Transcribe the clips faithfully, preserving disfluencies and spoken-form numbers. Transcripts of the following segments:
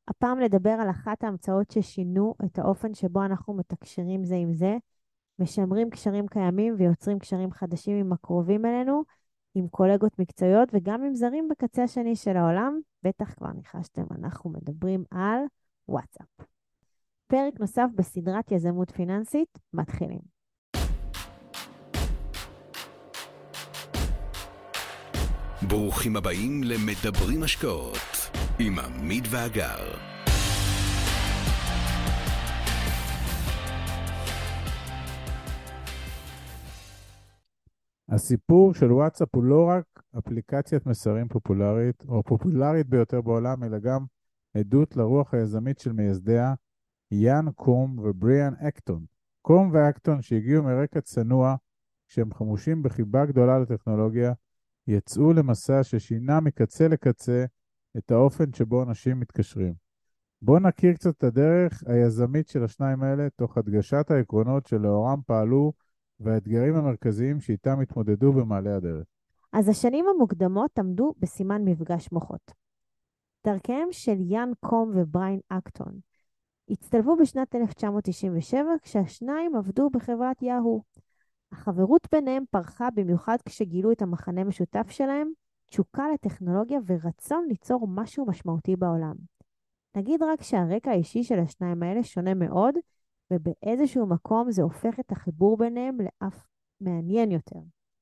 הפעם לדבר על אחת ההמצאות ששינו את האופן שבו אנחנו מתקשרים זה עם זה, משמרים קשרים קיימים ויוצרים קשרים חדשים עם הקרובים אלינו, עם קולגות מקצועיות וגם עם זרים בקצה השני של העולם. בטח כבר ניחשתם, אנחנו מדברים על וואטסאפ. פרק נוסף בסדרת יזמות פיננסית, מתחילים. ברוכים הבאים למדברים השקעות עם עמית ואגר. הסיפור של וואטסאפ הוא לא רק אפליקציית מסרים פופולרית או פופולרית ביותר בעולם, אלא גם עדות לרוח היזמית של מייסדיה, יאן קום ובריאן אקטון. קום ואקטון, שהגיעו מרקע צנוע, כשהם חמושים בחיבה גדולה לטכנולוגיה, יצאו למסע ששינה מקצה לקצה את האופן שבו אנשים מתקשרים. בואו נכיר קצת את הדרך היזמית של השניים האלה, תוך הדגשת העקרונות שלאורם פעלו והאתגרים המרכזיים שאיתם התמודדו במעלה הדרך. אז השנים המוקדמות עמדו בסימן מפגש מוחות. דרכיהם של יאן קום ובריאן אקטון הצטלבו בשנת אלף תשע מאות תשעים ושבע, כשהשניים עבדו בחברת יאהו. החברות ביניהם פרחה במיוחד כשגילו את המחנה משותף שלהם, תשוקה לטכנולוגיה ורצון ליצור משהו משמעותי בעולם. נגיד רק שהרקע האישי של השניים האלה שונה מאוד, ובאיזשהו מקום זה הופך את החיבור ביניהם לאף מעניין יותר.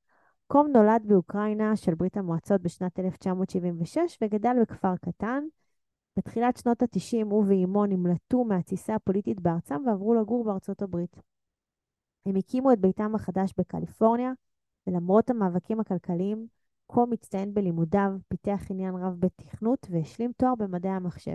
קום נולד באוקראינה של ברית המועצות בשנת אלף תשע מאות שבעים ושש וגדל בכפר קטן. בתחילת שנות ה-תשעים הוא ואימו נמלטו מהתסיסה הפוליטית בארצם ועברו לגור בארצות הברית. הם הקימו את ביתם החדש בקליפורניה, ולמרות המאבקים הכלכליים, קום הצטיין בלימודיו, פיתח עניין רב בתכנות והשלים תואר במדעי המחשב.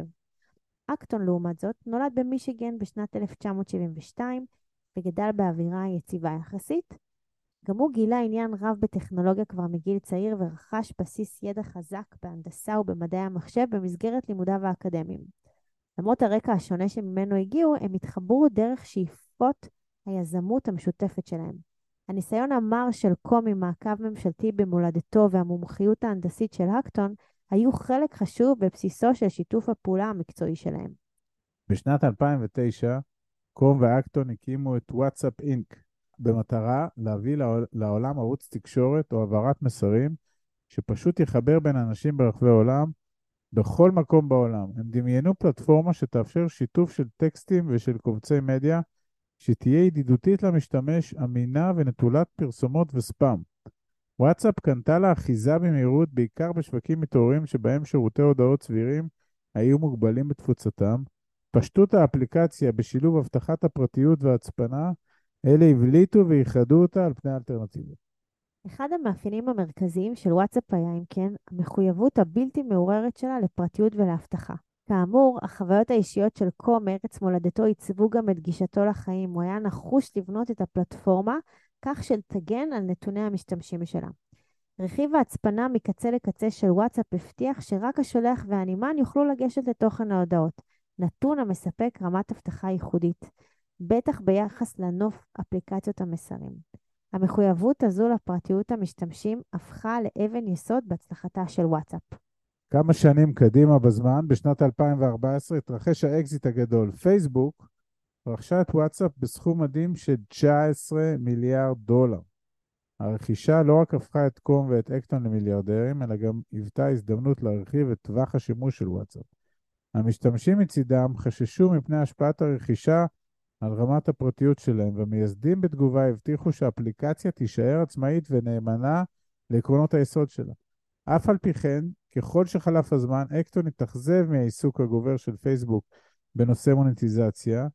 אקטון לעומת זאת נולד במישיגן בשנת אלף תשע מאות שבעים ושתיים וגדל באווירה יציבה יחסית. גם הוא גילה עניין רב בטכנולוגיה כבר מגיל צעיר ורכש בסיס ידע חזק בהנדסה ובמדעי המחשב במסגרת לימודיו האקדמיים. למרות הרקע השונה שממנו הגיעו, הם התחברו דרך שאיפות היזמות המשותפת שלהם. הניסיון המר של קום עם מעקב ממשלתי במולדתו והמומחיות ההנדסית של אקטון היו חלק חשוב בבסיסו של שיתוף הפעולה המקצועי שלהם. בשנת אלפיים ותשע, קום ואקטון הקימו את וואטסאפ אינק, במטרה להביא לעולם ערוץ תקשורת או העברת מסרים שפשוט יחבר בין אנשים ברחבי העולם, בכל מקום בעולם. הם דמיינו פלטפורמה שתאפשר שיתוף של טקסטים ושל קובצי מדיה, שתהיה ידידותית למשתמש, אמינה ונטולת פרסומות וספאם. וואטסאפ קנתה לה אחיזה במהירות, בעיקר בשווקים מתעוררים שבהם שירותי הודעות סבירים היו מוגבלים בתפוצתם. פשטות האפליקציה בשילוב הבטחת הפרטיות והצפנה, אלה הבליטו ויחדו אותה על פני האלטרנטיבות. אחד המאפיינים המרכזיים של וואטסאפ היה, אם כן, המחויבות הבלתי מעורערת שלה לפרטיות ולהבטחה. כאמור, החוויות האישיות של קום מארץ מולדתו עיצבו גם את גישתו לחיים. הוא היה נחוש לבנות את הפלטפורמה כך שתגן על נתוני המשתמשים שלה. רכיב ההצפנה מקצה לקצה של וואטסאפ הבטיח שרק השולח והנמען יוכלו לגשת לתוכן ההודעות, נתון המספק רמת הבטחה ייחודית, בטח ביחס לנוף אפליקציות המסרים. המחויבות הזו לפרטיות המשתמשים הפכה לאבן יסוד בהצלחתה של וואטסאפ. כמה שנים קדימה בזמן, בשנת אלפיים וארבע עשרה, התרחש האקזיט הגדול. פייסבוק רכשה את וואטסאפ בסכום מדהים של תשע עשרה מיליארד דולר. הרכישה לא רק הפכה את קום ואת אקטון למיליארדרים, אלא גם היוותה הזדמנות להרחיב את טווח השימוש של וואטסאפ. המשתמשים מצידם חששו מפני השפעת הרכישה על רמת הפרטיות שלהם, והמייסדים בתגובה הבטיחו שהאפליקציה תישאר עצמאית ונאמנה לעקרונות היסוד שלה. אף על פי כן, ככל שחלף הזמן, אקטון התאכזב מהעיסוק הגובר של פייסבוק בנושא מוניטיזציה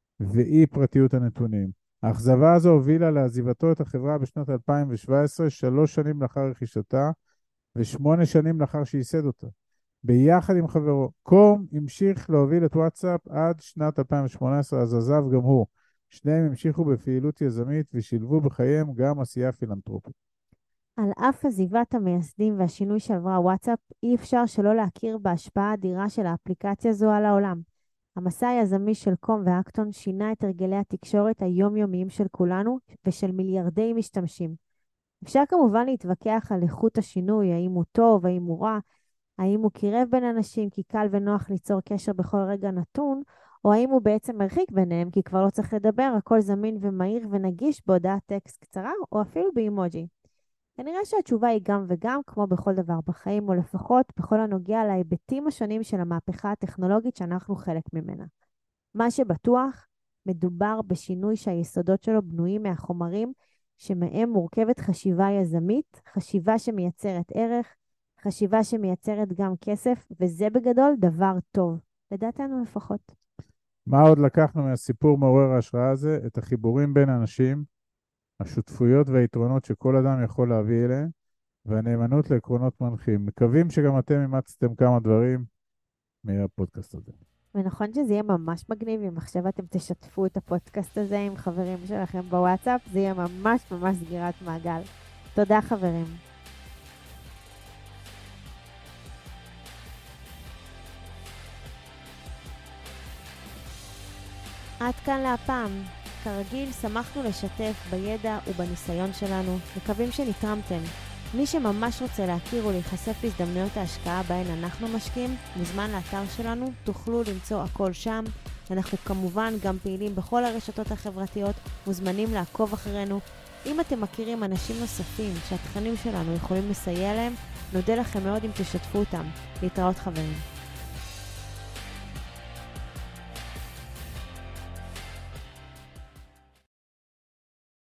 ואי פרטיות הנתונים. האכזבה הזו הובילה לעזיבתו את החברה בשנת אלפיים שבע עשרה, שלוש שנים לאחר רכישתה ושמונה שנים לאחר שייסד אותה. ביחד עם חברו, קום המשיך להוביל את וואטסאפ עד שנת אלפיים שמונה עשרה, אז עזב גם הוא. שניהם המשיכו בפעילות יזמית ושילבו בחייהם גם עשייה פילנתרופית. על אף עזיבת המייסדים והשינוי שעברה וואטסאפ, אי אפשר שלא להכיר בהשפעה האדירה של האפליקציה זו על העולם. המסע היזמי של קום ואקטון שינה את הרגלי התקשורת היומיומיים של כולנו ושל מיליארדי משתמשים. אפשר כמובן להתווכח על איכות השינוי, האם הוא טוב, האם הוא רע, האם הוא קירב בין אנשים כי קל ונוח ליצור קשר בכל רגע נתון, או האם הוא בעצם מרחיק ביניהם כי כבר לא צריך לדבר, הכל זמין ומהיר ונגיש בהודעת טקסט קצרה או אפילו באימוג'י. כנראה שהתשובה היא גם וגם, כמו בכל דבר בחיים, או לפחות בכל הנוגע להיבטים השונים של המהפכה הטכנולוגית שאנחנו חלק ממנה. מה שבטוח, מדובר בשינוי שהיסודות שלו בנויים מהחומרים שמהם מורכבת חשיבה יזמית, חשיבה שמייצרת ערך, חשיבה שמייצרת גם כסף, וזה בגדול דבר טוב, לדעתנו לפחות. מה עוד לקחנו מהסיפור מעורר ההשראה הזה? את החיבורים בין אנשים, השותפויות והיתרונות שכל אדם יכול להביא אליהם, והנאמנות לעקרונות מנחים. מקווים שגם אתם אימצתם כמה דברים מהפודקאסט הזה. ונכון שזה יהיה ממש מגניב אם עכשיו אתם תשתפו את הפודקאסט הזה עם חברים שלכם בוואטסאפ, זה יהיה ממש ממש סגירת מעגל. תודה חברים. עד כאן להפעם. כרגיל, שמחנו לשתף בידע ובניסיון שלנו, מקווים שנתרמתם. מי שממש רוצה להכיר ולהיחשף להזדמנויות ההשקעה בהן אנחנו משקיעים, מוזמן לאתר שלנו, תוכלו למצוא הכל שם. אנחנו כמובן גם פעילים בכל הרשתות החברתיות, מוזמנים לעקוב אחרינו. אם אתם מכירים אנשים נוספים שהתכנים שלנו יכולים לסייע להם, נודה לכם מאוד אם תשתפו אותם. להתראות חברים.